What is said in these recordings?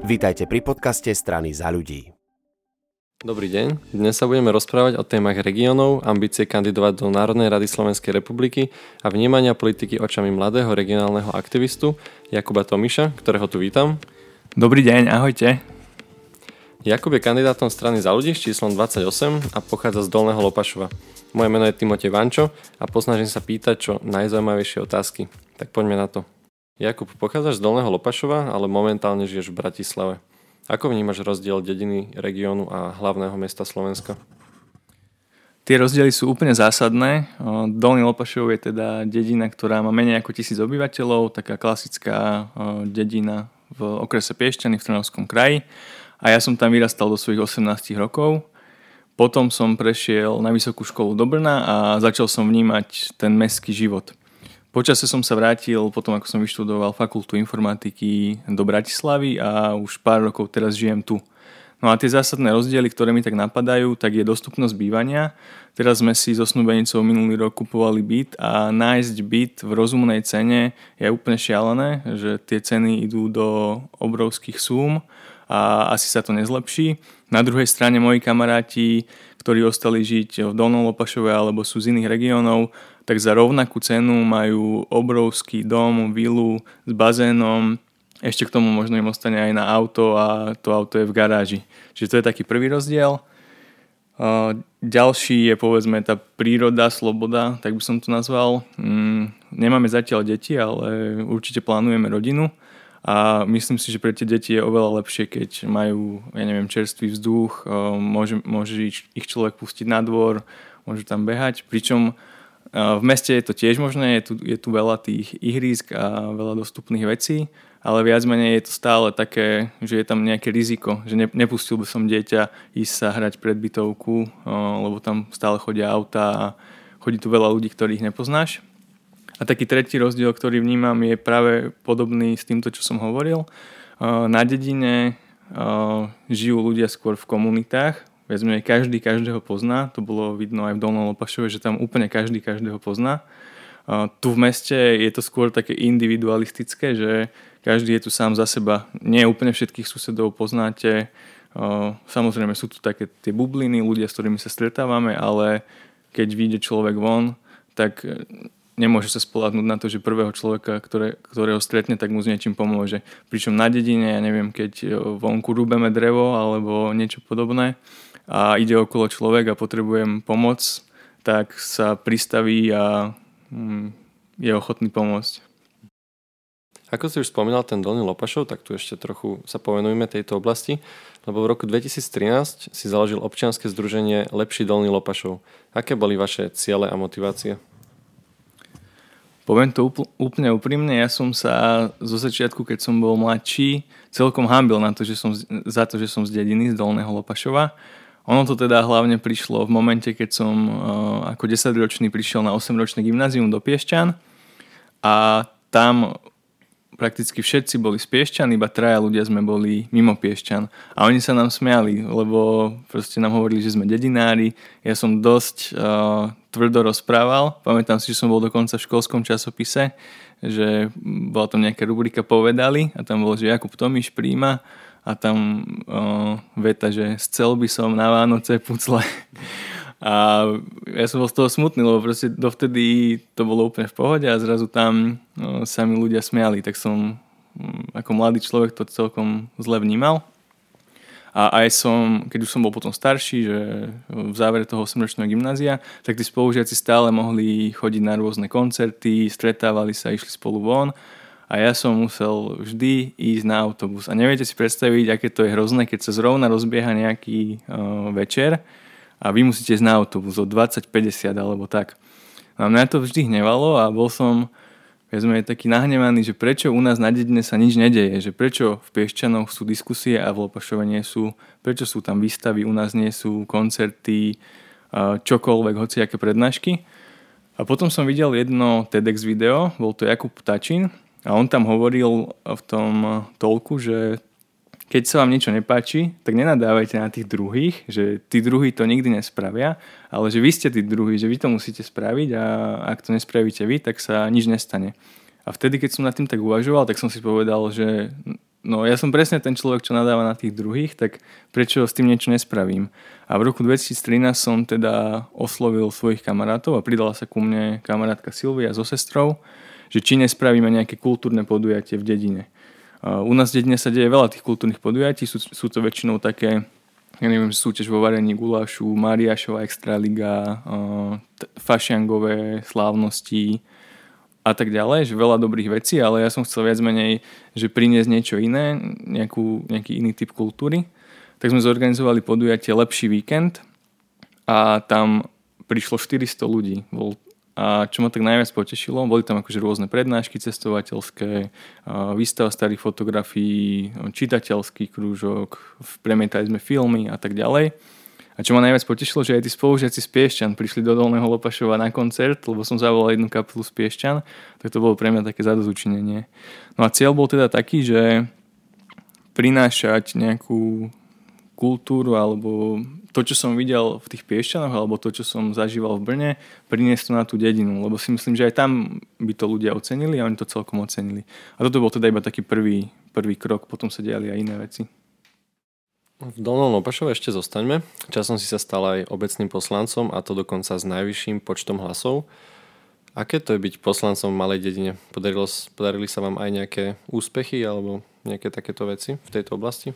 Vítajte pri podcaste Strany za ľudí. Dobrý deň, dnes sa budeme rozprávať o témach regiónov, ambície kandidovať do Národnej rady Slovenskej republiky a vnímania politiky očami mladého regionálneho aktivistu Jakuba Tomiša, ktorého tu vítam. Dobrý deň, ahojte. Jakub je kandidátom Strany za ľudí s číslom 28 a pochádza z Dolného Lopašova. Moje meno je Timotej Vančo a posnažím sa pýtať čo najzaujímavejšie otázky. Tak poďme na to. Jakub, pochádzaš z Dolného Lopašova, ale momentálne žiješ v Bratislave. Ako vnímaš rozdiel dediny, regiónu a hlavného mesta Slovenska? Tie rozdiely sú úplne zásadné. Dolný Lopašov je teda dedina, ktorá má menej ako 1000 obyvateľov, taká klasická dedina v okrese Piešťany v Trnavskom kraji. A ja som tam vyrastal do svojich 18 rokov. Potom som prešiel na vysokú školu do Brna a začal som vnímať ten mestský život. Počasie som sa vrátil, potom ako som vyštudoval fakultu informatiky do Bratislavy a už pár rokov teraz žijem tu. No a tie zásadné rozdiely, ktoré mi tak napadajú, tak je dostupnosť bývania. Teraz sme si so snúbenicou minulý rok kupovali byt a nájsť byt v rozumnej cene je úplne šialené, že tie ceny idú do obrovských súm a asi sa to nezlepší. Na druhej strane moji kamaráti, ktorí ostali žiť v Dolnom Lopašove alebo sú z iných regiónov, tak za rovnakú cenu majú obrovský dom, vilu s bazénom, ešte k tomu možno im ostane aj na auto a to auto je v garáži. Čiže to je taký prvý rozdiel. Ďalší je povedzme tá príroda, sloboda, tak by som to nazval. Nemáme zatiaľ deti, ale určite plánujeme rodinu a myslím si, že pre tie deti je oveľa lepšie, keď majú, čerstvý vzduch, môže ich človek pustiť na dvor, môžu tam behať, pričom v meste je to tiež možné, je tu veľa tých ihrísk a veľa dostupných vecí, ale viac menej je to stále také, že je tam nejaké riziko, že nepustil by som dieťa ísť sa hrať pred bytovku, lebo tam stále chodia autá a chodí tu veľa ľudí, ktorých nepoznáš. A taký tretí rozdiel, ktorý vnímam, je práve podobný s týmto, čo som hovoril. Na dedine žijú ľudia skôr v komunitách, viac menej každý každého pozná, to bolo vidno aj v Dolnom Lopašove, že tam úplne každý každého pozná. Tu v meste je to skôr také individualistické, že každý je tu sám za seba. Nie úplne všetkých susedov poznáte. Samozrejme sú tu také tie bubliny, ľudia, s ktorými sa stretávame, ale keď vyjde človek von, tak nemôže sa spoľahnúť na to, že prvého človeka, ktorého stretne, tak mu s niečím pomôže. Pričom na dedine, keď vonku rúbeme drevo alebo niečo podobné, a ide okolo človek a potrebujem pomoc, tak sa pristaví a je ochotný pomôcť. Ako si už spomínal ten Dolný Lopašov, tak tu ešte trochu sa povenujeme tejto oblasti, lebo v roku 2013 si založil občianske združenie Lepší Dolný Lopašov. Aké boli vaše ciele a motivácie? Poviem to úplne úprimne, ja som sa zo začiatku, keď som bol mladší, celkom hanbil za to, že som z dediny, z Dolného Lopašova. Ono to teda hlavne prišlo v momente, keď som ako 10-ročný prišiel na 8-ročné gymnázium do Piešťan a tam prakticky všetci boli z Piešťan, iba 3 ľudia sme boli mimo Piešťan. A oni sa nám smiali, lebo proste nám hovorili, že sme dedinári. Ja som dosť tvrdo rozprával. Pamätám si, že som bol dokonca v školskom časopise, že bola tam nejaká rubrika Povedali a tam bolo, že Jakub Tomiš príjma a tam veta, že chcel by som na Vánoce pucle. A ja som bol z toho smutný, lebo proste dovtedy to bolo úplne v pohode a zrazu tam sa mi ľudia smiali, tak som ako mladý človek to celkom zle vnímal. A aj keď už som bol potom starší, že v závere toho 8-ročného gymnázia, tak tí spolužiaci stále mohli chodiť na rôzne koncerty, stretávali sa, išli spolu von. A ja som musel vždy ísť na autobus. A neviete si predstaviť, aké to je hrozné, keď sa zrovna rozbieha nejaký večer a vy musíte ísť na autobus o 20:50 alebo tak. A mňa to vždy hnevalo a bol som taký nahnevaný, že prečo u nás na dedine sa nič nedeje, že prečo v Piešťanoch sú diskusie a v Lopašove nie sú, prečo sú tam výstavy, u nás nie sú koncerty, čokoľvek, hociaké prednášky. A potom som videl jedno TEDx video, bol to Jakub Tačín, a on tam hovoril v tom toľku, že keď sa vám niečo nepáči, tak nenadávajte na tých druhých, že tí druhí to nikdy nespravia, ale že vy ste tí druhí, že vy to musíte spraviť a ak to nespravíte vy, tak sa nič nestane. A vtedy, keď som nad tým tak uvažoval, tak som si povedal, že no ja som presne ten človek, čo nadáva na tých druhých, tak prečo s tým niečo nespravím? A v roku 2013 som teda oslovil svojich kamarátov a pridala sa ku mne kamarátka Silvia so sestrou, že či nespravíme nejaké kultúrne podujatie v dedine. U nás v dedine sa deje veľa tých kultúrnych podujatí, sú to väčšinou také, ja neviem, súťaž vo varení gulášu, Mariášova extraliga, fašiangové slávnosti a tak ďalej, že veľa dobrých vecí, ale ja som chcel viac menej, že priniesť niečo iné, nejaký iný typ kultúry. Tak sme zorganizovali podujatie Lepší víkend a tam prišlo 400 ľudí. A čo ma tak najviac potešilo, boli tam akože rôzne prednášky cestovateľské, výstava starých fotografií, čitateľský krúžok, premietali sme filmy a tak ďalej. A čo ma najviac potešilo, že aj tí spolužiaci z Piešťan prišli do Dolného Lopašova na koncert, lebo som zavolal jednu kapelu z Piešťan, tak to bolo pre mňa také zadozučinenie. No a cieľ bol teda taký, že prinášať nejakú kultúru alebo to, čo som videl v tých Piešťanoch alebo to, čo som zažíval v Brne, priniesť to na tú dedinu, lebo si myslím, že aj tam by to ľudia ocenili a oni to celkom ocenili. A toto bol teda iba taký prvý krok, potom sa diali aj iné veci. V Dolnom Lopašove ešte zostaňme. Časom si sa stal aj obecným poslancom a to dokonca s najvyšším počtom hlasov. Aké to je byť poslancom v malej dedine? Podarili sa vám aj nejaké úspechy alebo nejaké takéto veci v tejto oblasti?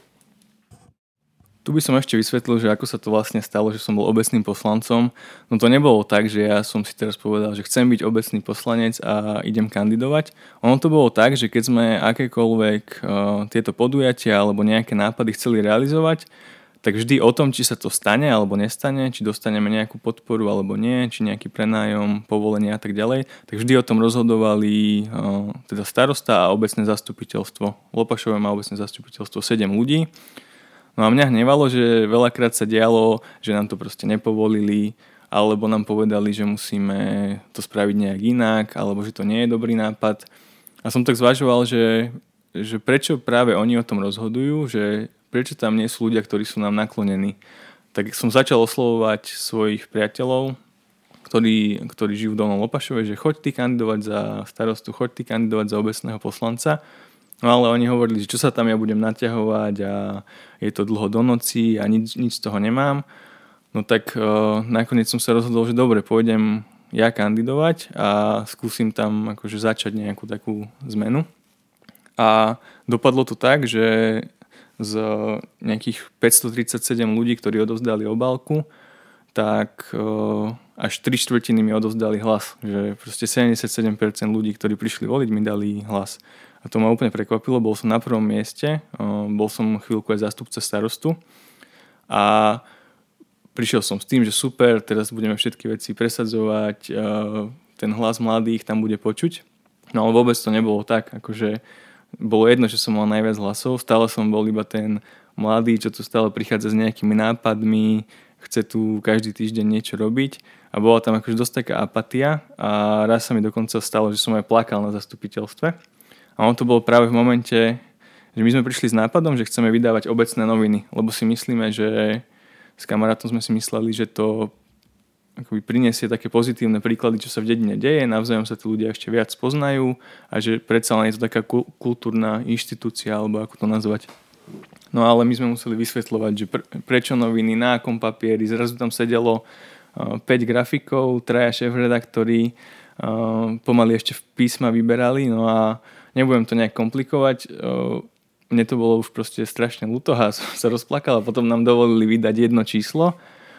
Tu by som ešte vysvetlil, že ako sa to vlastne stalo, že som bol obecným poslancom. No to nebolo tak, že ja som si teraz povedal, že chcem byť obecný poslanec a idem kandidovať. Ono to bolo tak, že keď sme akékoľvek tieto podujatia alebo nejaké nápady chceli realizovať, tak vždy o tom, či sa to stane alebo nestane, či dostaneme nejakú podporu alebo nie, či nejaký prenájom, povolenie a tak ďalej, tak vždy o tom rozhodovali teda starosta a obecné zastupiteľstvo. Lopašové má obecné zastupiteľstvo 7 ľudí. No a mňa hnevalo, že veľakrát sa dialo, že nám to proste nepovolili, alebo nám povedali, že musíme to spraviť nejak inak, alebo že to nie je dobrý nápad. A som tak zvažoval, že prečo práve oni o tom rozhodujú, že prečo tam nie sú ľudia, ktorí sú nám naklonení. Tak som začal oslovovať svojich priateľov, ktorí žijú v Dolnom Lopašove, že choď ty kandidovať za starostu, choď ty kandidovať za obecného poslanca. No ale oni hovorili, že čo sa tam ja budem naťahovať a je to dlho do noci a nič z toho nemám. No tak nakoniec som sa rozhodol, že dobre, pôjdem ja kandidovať a skúsim tam akože začať nejakú takú zmenu. A dopadlo to tak, že z nejakých 537 ľudí, ktorí odovzdali obálku, tak až 3/4 mi odovzdali hlas. Že proste 77% ľudí, ktorí prišli voliť, mi dali hlas. A to ma úplne prekvapilo, bol som na prvom mieste, bol som chvíľku aj zástupca starostu a prišiel som s tým, že super, teraz budeme všetky veci presadzovať, ten hlas mladých tam bude počuť. No ale vôbec to nebolo tak, akože bolo jedno, že som mal najviac hlasov, stále som bol iba ten mladý, čo tu stále prichádza s nejakými nápadmi, chce tu každý týždeň niečo robiť a bola tam akože dosť taká apatia a raz sa mi dokonca stalo, že som aj plakal na zastupiteľstve. A on to bolo práve v momente, že my sme prišli s nápadom, že chceme vydávať obecné noviny, lebo si myslíme, že s kamarátom sme si mysleli, že to akoby prinesie také pozitívne príklady, čo sa v dedine deje, navzájom sa tí ľudia ešte viac poznajú a že predsa len je to taká kultúrna inštitúcia, alebo ako to nazvať. No ale my sme museli vysvetľovať, že prečo noviny, na akom papieri, zrazu tam sedelo 5 grafikov, 3 šéfredaktori, pomaly ešte v písma vyberali, no a nebudem to nejak komplikovať. Mne to bolo už proste strašne ľúto a som sa rozplakal a potom nám dovolili vydať jedno číslo,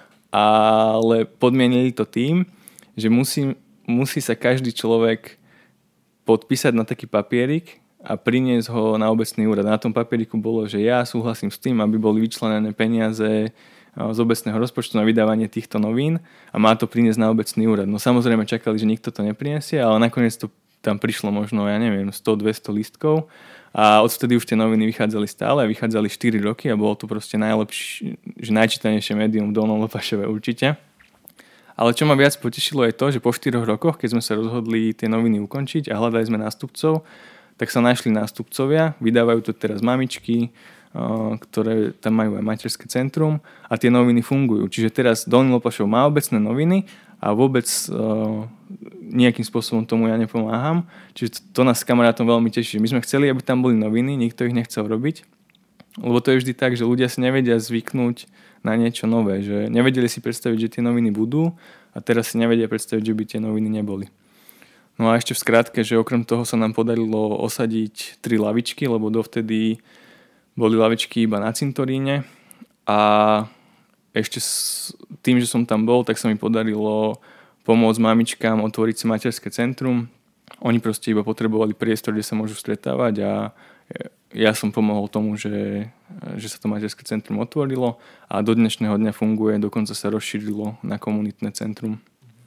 ale podmienili to tým, že musí sa každý človek podpísať na taký papierik a priniesť ho na obecný úrad. Na tom papieriku bolo, že ja súhlasím s tým, aby boli vyčlenené peniaze z obecného rozpočtu na vydávanie týchto novín a má to priniesť na obecný úrad. No samozrejme čakali, že nikto to neprinesie, ale nakoniec to tam prišlo možno, 100-200 lístkov a odvtedy už tie noviny vychádzali stále, vychádzali 4 roky a bolo to proste najlepšie, že najčítanejšie médium v Dolnom Lopašove určite. Ale čo ma viac potešilo je to, že po 4 rokoch, keď sme sa rozhodli tie noviny ukončiť a hľadali sme nástupcov, tak sa našli nástupcovia, vydávajú to teraz mamičky, ktoré tam majú aj materské centrum a tie noviny fungujú. Čiže teraz Dolný Lopašov má obecné noviny a vôbec nejakým spôsobom tomu ja nepomáham. Čiže to nás s kamarátom veľmi teší. My sme chceli, aby tam boli noviny, nikto ich nechcel robiť, lebo to je vždy tak, že ľudia si nevedia zvyknúť na niečo nové, že nevedeli si predstaviť, že tie noviny budú a teraz si nevedia predstaviť, že by tie noviny neboli. No a ešte v skratke, že okrem toho sa nám podarilo osadiť 3 lavičky, lebo dovtedy boli lavičky iba na cintoríne a ešte tým, že som tam bol, tak sa mi podarilo pomôcť mamičkám otvoriť si materské centrum. Oni proste iba potrebovali priestor, kde sa môžu stretávať a ja som pomohol tomu, že sa to materské centrum otvorilo a do dnešného dňa funguje, dokonca sa rozšírilo na komunitné centrum.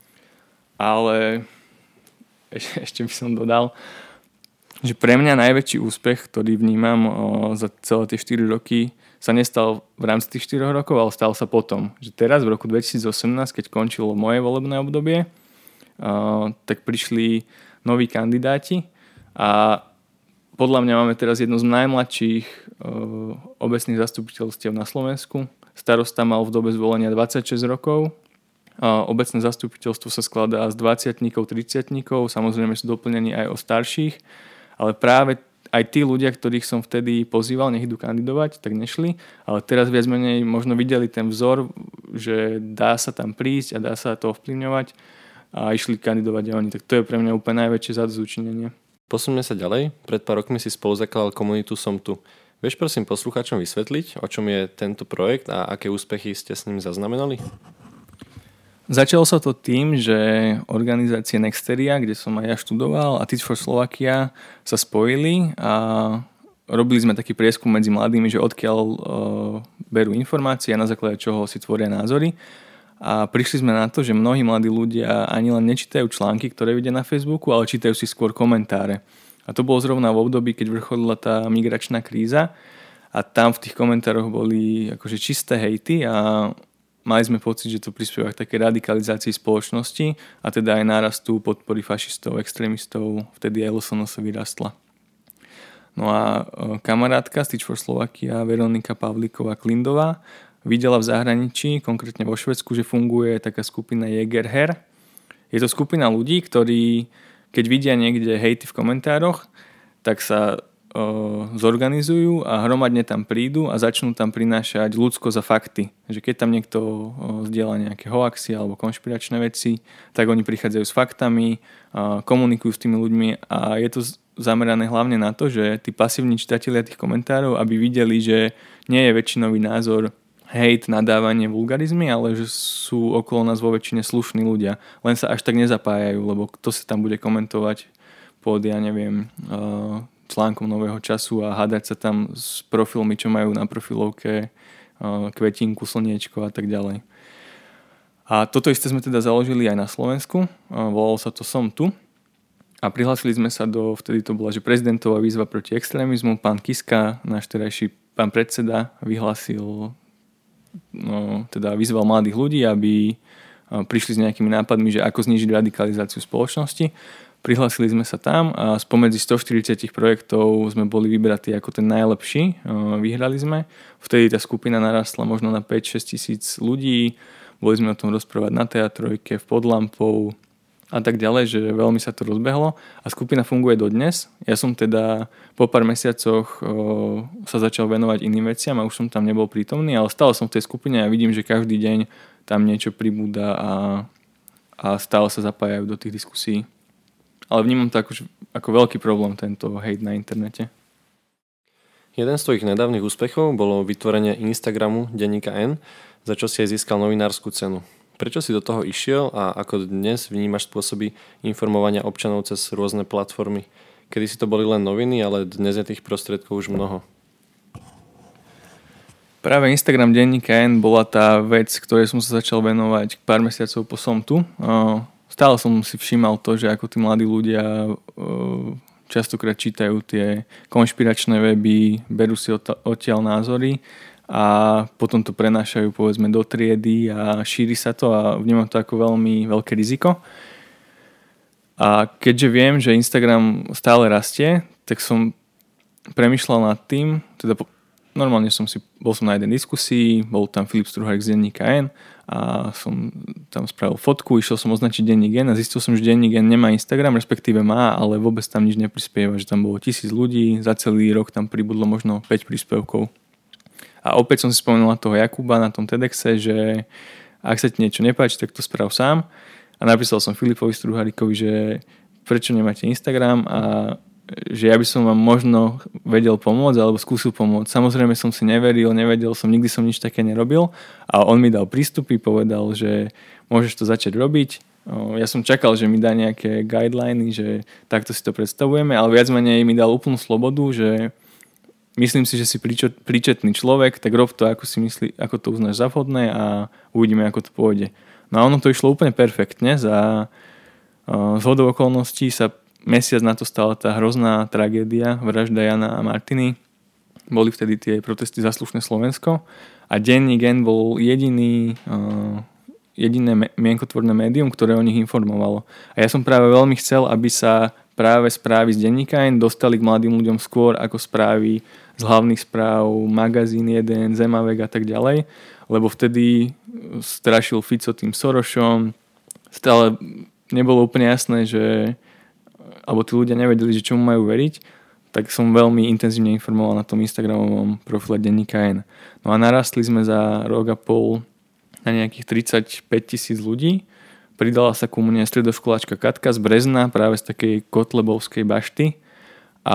Ale ešte by som dodal, že pre mňa najväčší úspech, ktorý vnímam za celé tie 4 roky, sa nestal v rámci tých 4 rokov, ale stal sa potom. Že teraz, v roku 2018, keď končilo moje volebné obdobie, tak prišli noví kandidáti a podľa mňa máme teraz jedno z najmladších obecných zastupiteľstiev na Slovensku. Starosta mal v dobe zvolenia 26 rokov. Obecné zastupiteľstvo sa skladá z 20-tníkov, 30-tníkov, samozrejme sú doplnení aj o starších, ale práve aj tí ľudia, ktorých som vtedy pozýval, nech idú kandidovať, tak nešli, ale teraz viac menej možno videli ten vzor, že dá sa tam prísť a dá sa to ovplyvňovať a išli kandidovať aj oni. Tak to je pre mňa úplne najväčšie zadozučinenie. Posuňme sa ďalej. Pred pár rokmi si spolu zakladal komunitu Som tu. Vieš prosím poslucháčom vysvetliť, o čom je tento projekt a aké úspechy ste s ním zaznamenali? Začalo sa to tým, že organizácie Nexteria, kde som aj ja študoval, a Teach for Slovakia sa spojili a robili sme taký prieskum medzi mladými, že odkiaľ berú informácie a na základe čoho si tvoria názory. A prišli sme na to, že mnohí mladí ľudia ani len nečítajú články, ktoré vidia na Facebooku, ale čítajú si skôr komentáre. A to bolo zrovna v období, keď vrcholila tá migračná kríza a tam v tých komentároch boli akože čisté hejty a mali sme pocit, že to prispieva k takej radikalizácii spoločnosti a teda aj nárastu podpory fašistov, extrémistov, vtedy aj LSNS vyrastla. No a kamarátka z Teach for Slovakia, Veronika Pavlíková-Klindová, videla v zahraničí, konkrétne vo Švédsku, že funguje taká skupina Jägerher. Je to skupina ľudí, ktorí, keď vidia niekde hejty v komentároch, tak sa zorganizujú a hromadne tam prídu a začnú tam prinášať ľudsko za fakty. Že keď tam niekto zdieľa nejaké hoaxy alebo konšpiračné veci, tak oni prichádzajú s faktami, komunikujú s tými ľuďmi a je to zamerané hlavne na to, že tí pasívni čitatelia tých komentárov, aby videli, že nie je väčšinový názor hejt, nadávanie, vulgarizmy, ale že sú okolo nás vo väčšine slušní ľudia. Len sa až tak nezapájajú, lebo kto sa tam bude komentovať pod, ja neviem, článkom Nového času a hádať sa tam s profilmi, čo majú na profilovke kvetinku, slniečko a tak ďalej. A toto isté sme teda založili aj na Slovensku. Volalo sa to Som tu. A prihlásili sme sa vtedy to bola, že prezidentová výzva proti extrémizmu. Pán Kiska, náš terajší pán predseda, teda vyzval mladých ľudí, aby prišli s nejakými nápadmi, že ako znížiť radikalizáciu spoločnosti. Prihlásili sme sa tam a spomedzi 140 projektov sme boli vybratí ako ten najlepší. Vyhrali sme. Vtedy tá skupina narastla možno na 5-6 tisíc ľudí. Boli sme o tom rozprávať na teatrojke, v Podlampou a tak ďalej, že veľmi sa to rozbehlo. A skupina funguje dodnes. Ja som teda po pár mesiacoch sa začal venovať iným veciam a už som tam nebol prítomný, ale stále som v tej skupine a vidím, že každý deň tam niečo pribúda a stále sa zapájajú do tých diskusí. Ale vnímam to ako veľký problém, tento hejt na internete. Jeden z tvojich nedávnych úspechov bolo vytvorenie Instagramu denníka N, za čo si aj získal novinárskú cenu. Prečo si do toho išiel a ako dnes vnímaš spôsoby informovania občanov cez rôzne platformy? Kedy si to boli len noviny, ale dnes je tých prostriedkov už mnoho. Práve Instagram denníka N bola tá vec, ktorej som sa začal venovať pár mesiacov po Som tu. Stále som si všímal to, že ako tí mladí ľudia častokrát čítajú tie konšpiračné weby, berú si odtiaľ názory a potom to prenášajú povedzme do triedy a šíri sa to a vnímam to ako veľmi veľké riziko. A keďže viem, že Instagram stále rastie, tak som premýšľal nad tým, teda normálne bol som na jednej diskusii, bol tam Filip Struhárik z denníka N a som tam spravil fotku, išiel som označiť denník N a zistil som, že denník N nemá Instagram, respektíve má, ale vôbec tam nič neprispieva, že tam bolo 1000 ľudí, za celý rok tam pribudlo možno 5 príspevkov. A opäť som si spomenul na toho Jakuba na tom TEDxe, že ak sa ti niečo nepáči, tak to sprav sám. A napísal som Filipovi Struhárikovi, že prečo nemáte Instagram a že ja by som vám možno vedel pomôcť alebo skúsil pomôcť. Samozrejme som si nevedel som, nikdy som nič také nerobil a on mi dal prístupy, povedal, že môžeš to začať robiť. Ja som čakal, že mi dá nejaké guideliny, že takto si to predstavujeme, ale viac menej mi dal úplnú slobodu, že myslím si, že si príčetný človek, tak rob to, ako to uznáš za vhodné a uvidíme, ako to pôjde. No a ono to išlo úplne perfektne. Za zhodou okolností sa mesiac na to stala tá hrozná tragédia, vražda Jana a Martiny. Boli vtedy tie protesty za slušné Slovensko a denník N bol jediné mienkotvorné médium, ktoré o nich informovalo. A ja som práve veľmi chcel, aby sa práve správy z denníka N dostali k mladým ľuďom skôr ako správy z hlavných správ, magazín 1, Zemavek a tak ďalej, lebo vtedy strašil Fico tým Sorošom. Stále nebolo úplne jasné, alebo tí ľudia nevedeli, že čomu majú veriť, tak som veľmi intenzívne informoval na tom Instagramovom profile denníka N. No a narastli sme za rok a pol na nejakých 35 000 ľudí. Pridala sa ku mne stredoškoláčka Katka z Brezna, práve z takej Kotlebovskej bašty. A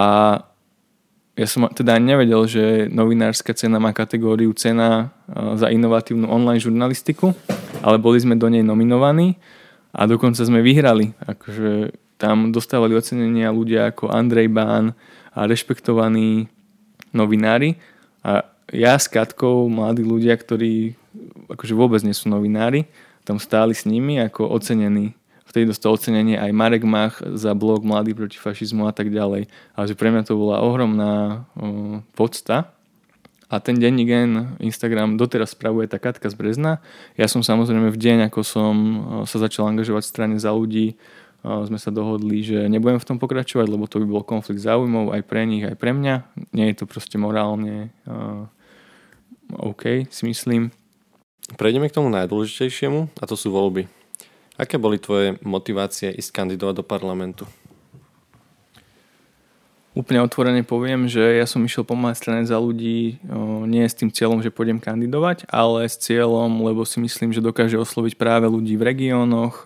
ja som teda nevedel, že novinárska cena má kategóriu cena za inovatívnu online žurnalistiku, ale boli sme do nej nominovaní a dokonca sme vyhrali. Akože tam dostávali ocenenia ľudia ako Andrej Bán a rešpektovaní novinári. A ja s Katkou, mladí ľudia, ktorí akože vôbec nie sú novinári, tam stáli s nimi ako ocenení. Vtedy dostal ocenenie aj Marek Mach za blog Mladý proti fašizmu a tak ďalej. Ale že pre mňa to bola ohromná podsta. A ten denník N, Instagram doteraz spravuje tá Katka z Brezna. Ja som samozrejme v deň, ako som sa začal angažovať v strane Za ľudí, sme sa dohodli, že nebudem v tom pokračovať, lebo to by bol konflikt záujmov aj pre nich, aj pre mňa. Nie je to proste morálne OK, si myslím. Prejdeme k tomu najdôležitejšiemu a to sú voľby. Aké boli tvoje motivácie ísť kandidovať do parlamentu? Úplne otvorene poviem, že ja som išiel pomáhať strane Za ľudí nie s tým cieľom, že pôjdem kandidovať, ale s cieľom, lebo si myslím, že dokáže osloviť práve ľudí v regiónoch,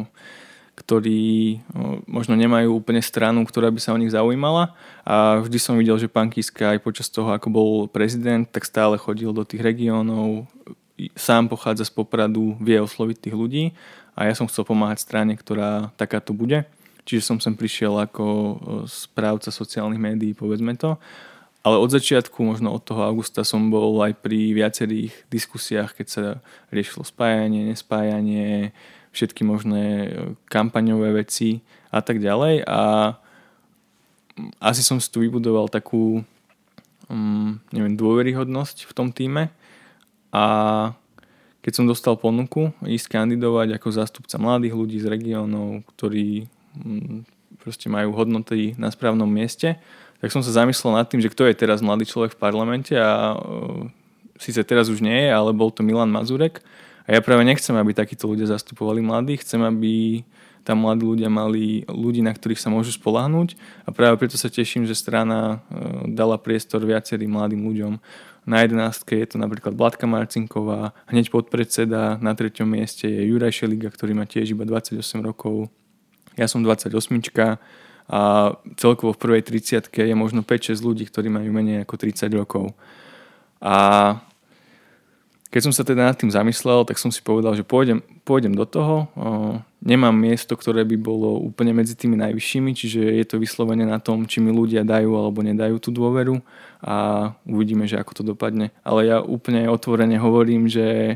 ktorí možno nemajú úplne stranu, ktorá by sa o nich zaujímala. A vždy som videl, že pán Kiska aj počas toho, ako bol prezident, tak stále chodil do tých regiónov, sám pochádza z Popradu, vie osloviť tých ľudí a ja som chcel pomáhať strane, ktorá takáto bude. Čiže som sem prišiel ako správca sociálnych médií, povedzme to. Ale od začiatku, možno od toho augusta, som bol aj pri viacerých diskusiách, keď sa riešilo spájanie, nespájanie, všetky možné kampaňové veci a tak ďalej. A asi som si tu vybudoval takú dôveryhodnosť v tom tíme. A keď som dostal ponuku ísť kandidovať ako zástupca mladých ľudí z regiónov, ktorí proste majú hodnoty na správnom mieste, tak som sa zamyslel nad tým, že kto je teraz mladý človek v parlamente a síce teraz už nie je, ale bol to Milan Mazurek. A ja práve nechcem, aby takíto ľudia zastupovali mladých, chcem, aby tam mladí ľudia mali ľudí, na ktorých sa môžu spoľahnúť a práve preto sa teším, že strana dala priestor viacerým mladým ľuďom. Na 11. je to napríklad Vladka Marcinková, hneď podpredseda, na 3. mieste je Juraj Šeliga, ktorý má tiež iba 28 rokov. Ja som 28 a celkovo v prvej 30 je možno 5-6 ľudí, ktorí majú menej ako 30 rokov. A keď som sa teda nad tým zamyslel, tak som si povedal, že pôjdem do toho. Nemám miesto, ktoré by bolo úplne medzi tými najvyššími, čiže je to vyslovene na tom, či mi ľudia dajú alebo nedajú tú dôveru a uvidíme, že ako to dopadne. Ale ja úplne otvorene hovorím, že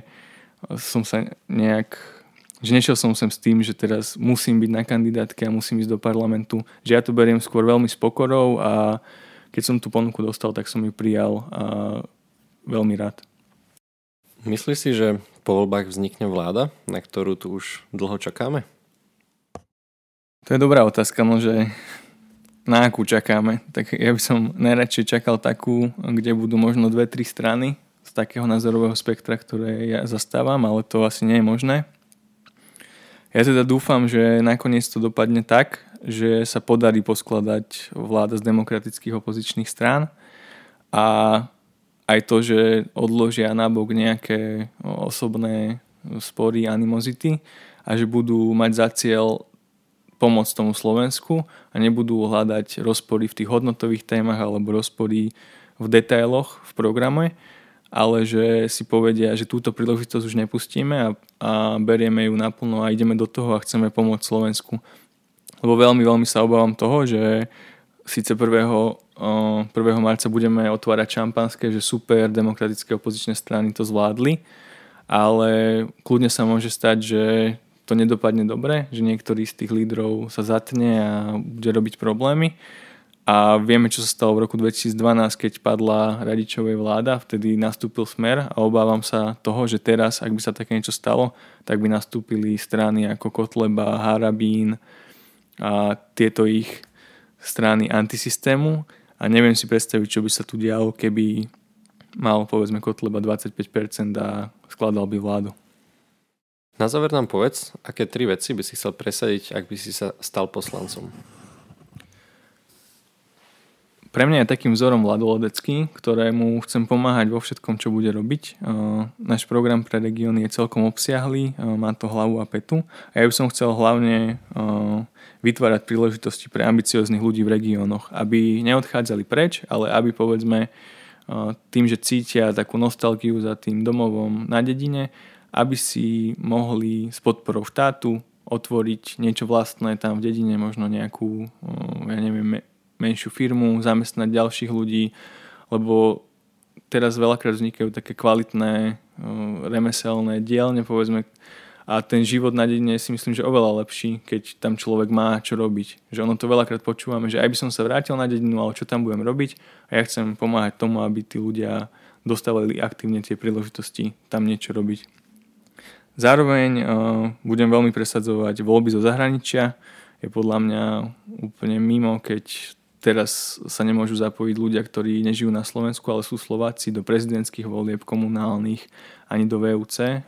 nešiel som sem s tým, že teraz musím byť na kandidátke a musím ísť do parlamentu. Že ja to beriem skôr veľmi s pokorou a keď som tú ponuku dostal, tak som ju prijal a veľmi rád. Myslíš si, že po voľbách vznikne vláda, na ktorú tu už dlho čakáme? To je dobrá otázka, no že na akú čakáme. Tak ja by som najradšej čakal takú, kde budú možno 2-3 strany z takého názorového spektra, ktoré ja zastávam, ale to asi nie je možné. Ja teda dúfam, že nakoniec to dopadne tak, že sa podarí poskladať vláda z demokratických opozičných strán a aj to, že odložia nabok nejaké osobné spory, animozity a že budú mať za cieľ pomôcť tomu Slovensku a nebudú hľadať rozpory v tých hodnotových témach alebo rozpory v detailoch v programe, ale že si povedia, že túto príležitosť už nepustíme a berieme ju naplno a ideme do toho a chceme pomôcť Slovensku. Lebo veľmi, veľmi sa obávam toho, že síce 1. marca budeme otvárať šampanské, že super, demokratické opozičné strany to zvládli, ale kľudne sa môže stať, že to nedopadne dobre, že niektorý z tých lídrov sa zatne a bude robiť problémy. A vieme, čo sa stalo v roku 2012, keď padla Radičovej vláda, vtedy nastúpil Smer a obávam sa toho, že teraz, ak by sa také niečo stalo, tak by nastúpili strany ako Kotleba, Harabín a tieto ich strany antisystému a neviem si predstaviť, čo by sa tu dialo, keby mal povedzme Kotleba 25% a skladal by vládu. Na záver nám povedz, aké 3 veci by si chcel presadiť, ak by si sa stal poslancom. Pre mňa je takým vzorom Vlado Ledecký, ktorému chcem pomáhať vo všetkom, čo bude robiť. Náš program pre regióny je celkom obsiahlý, má to hlavu a petu. A ja by som chcel hlavne vytvárať príležitosti pre ambicióznych ľudí v regiónoch, aby neodchádzali preč, ale aby povedzme tým, že cítia takú nostalgiu za tým domovom na dedine, aby si mohli s podporou štátu otvoriť niečo vlastné tam v dedine, možno nejakú, menšiu firmu, zamestnať ďalších ľudí, lebo teraz veľakrát vznikajú také kvalitné remeselné dielne, povedzme, a ten život na dedine si myslím, že oveľa lepší, keď tam človek má čo robiť. Že ono to veľakrát počúvame, že aj by som sa vrátil na dedinu, ale čo tam budem robiť? A ja chcem pomáhať tomu, aby tí ľudia dostávali aktívne tie príležitosti tam niečo robiť. Zároveň budem veľmi presadzovať voľby zo zahraničia. Je podľa mňa úplne mimo, keď teraz sa nemôžu zapojiť ľudia, ktorí nežijú na Slovensku, ale sú Slováci do prezidentských volieb, komunálnych, ani do VUC,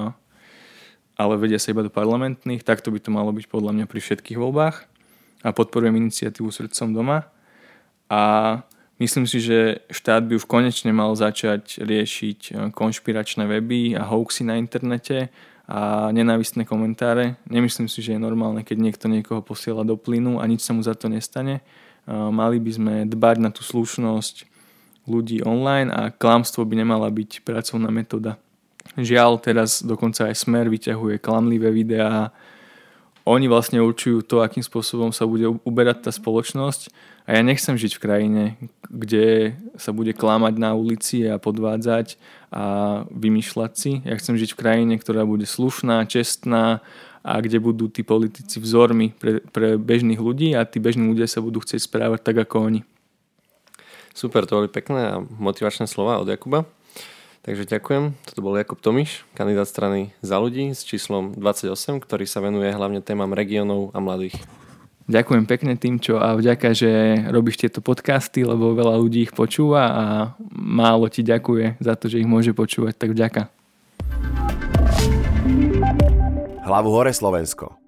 ale vedia sa iba do parlamentných. Takto by to malo byť podľa mňa pri všetkých voľbách. A podporujem iniciatívu Srdcom doma. A myslím si, že štát by už konečne mal začať riešiť konšpiračné weby a hoaxy na internete a nenávistné komentáre. Nemyslím si, že je normálne, keď niekto niekoho posiela do plynu a nič sa mu za to nestane. Mali by sme dbať na tú slušnosť ľudí online a klamstvo by nemala byť pracovná metóda. Žiaľ, teraz dokonca aj Smer vyťahuje klamlivé videá. Oni vlastne určujú to, akým spôsobom sa bude uberať tá spoločnosť a ja nechcem žiť v krajine, kde sa bude klamať na ulici a podvádzať a vymýšľať si. Ja chcem žiť v krajine, ktorá bude slušná, čestná a kde budú tí politici vzormi pre bežných ľudí a tí bežní ľudia sa budú chcieť správať tak, ako oni. Super, to boli pekné a motivačné slova od Jakuba. Takže ďakujem. Toto bol Jakub Tomiš, kandidát strany Za ľudí s číslom 28, ktorý sa venuje hlavne témam regiónov a mladých. Ďakujem pekne Týmčo a vďaka, že robíš tieto podcasty, lebo veľa ľudí ich počúva a málo ti ďakuje za to, že ich môže počúvať, tak vďaka. Hlavu hore Slovensko.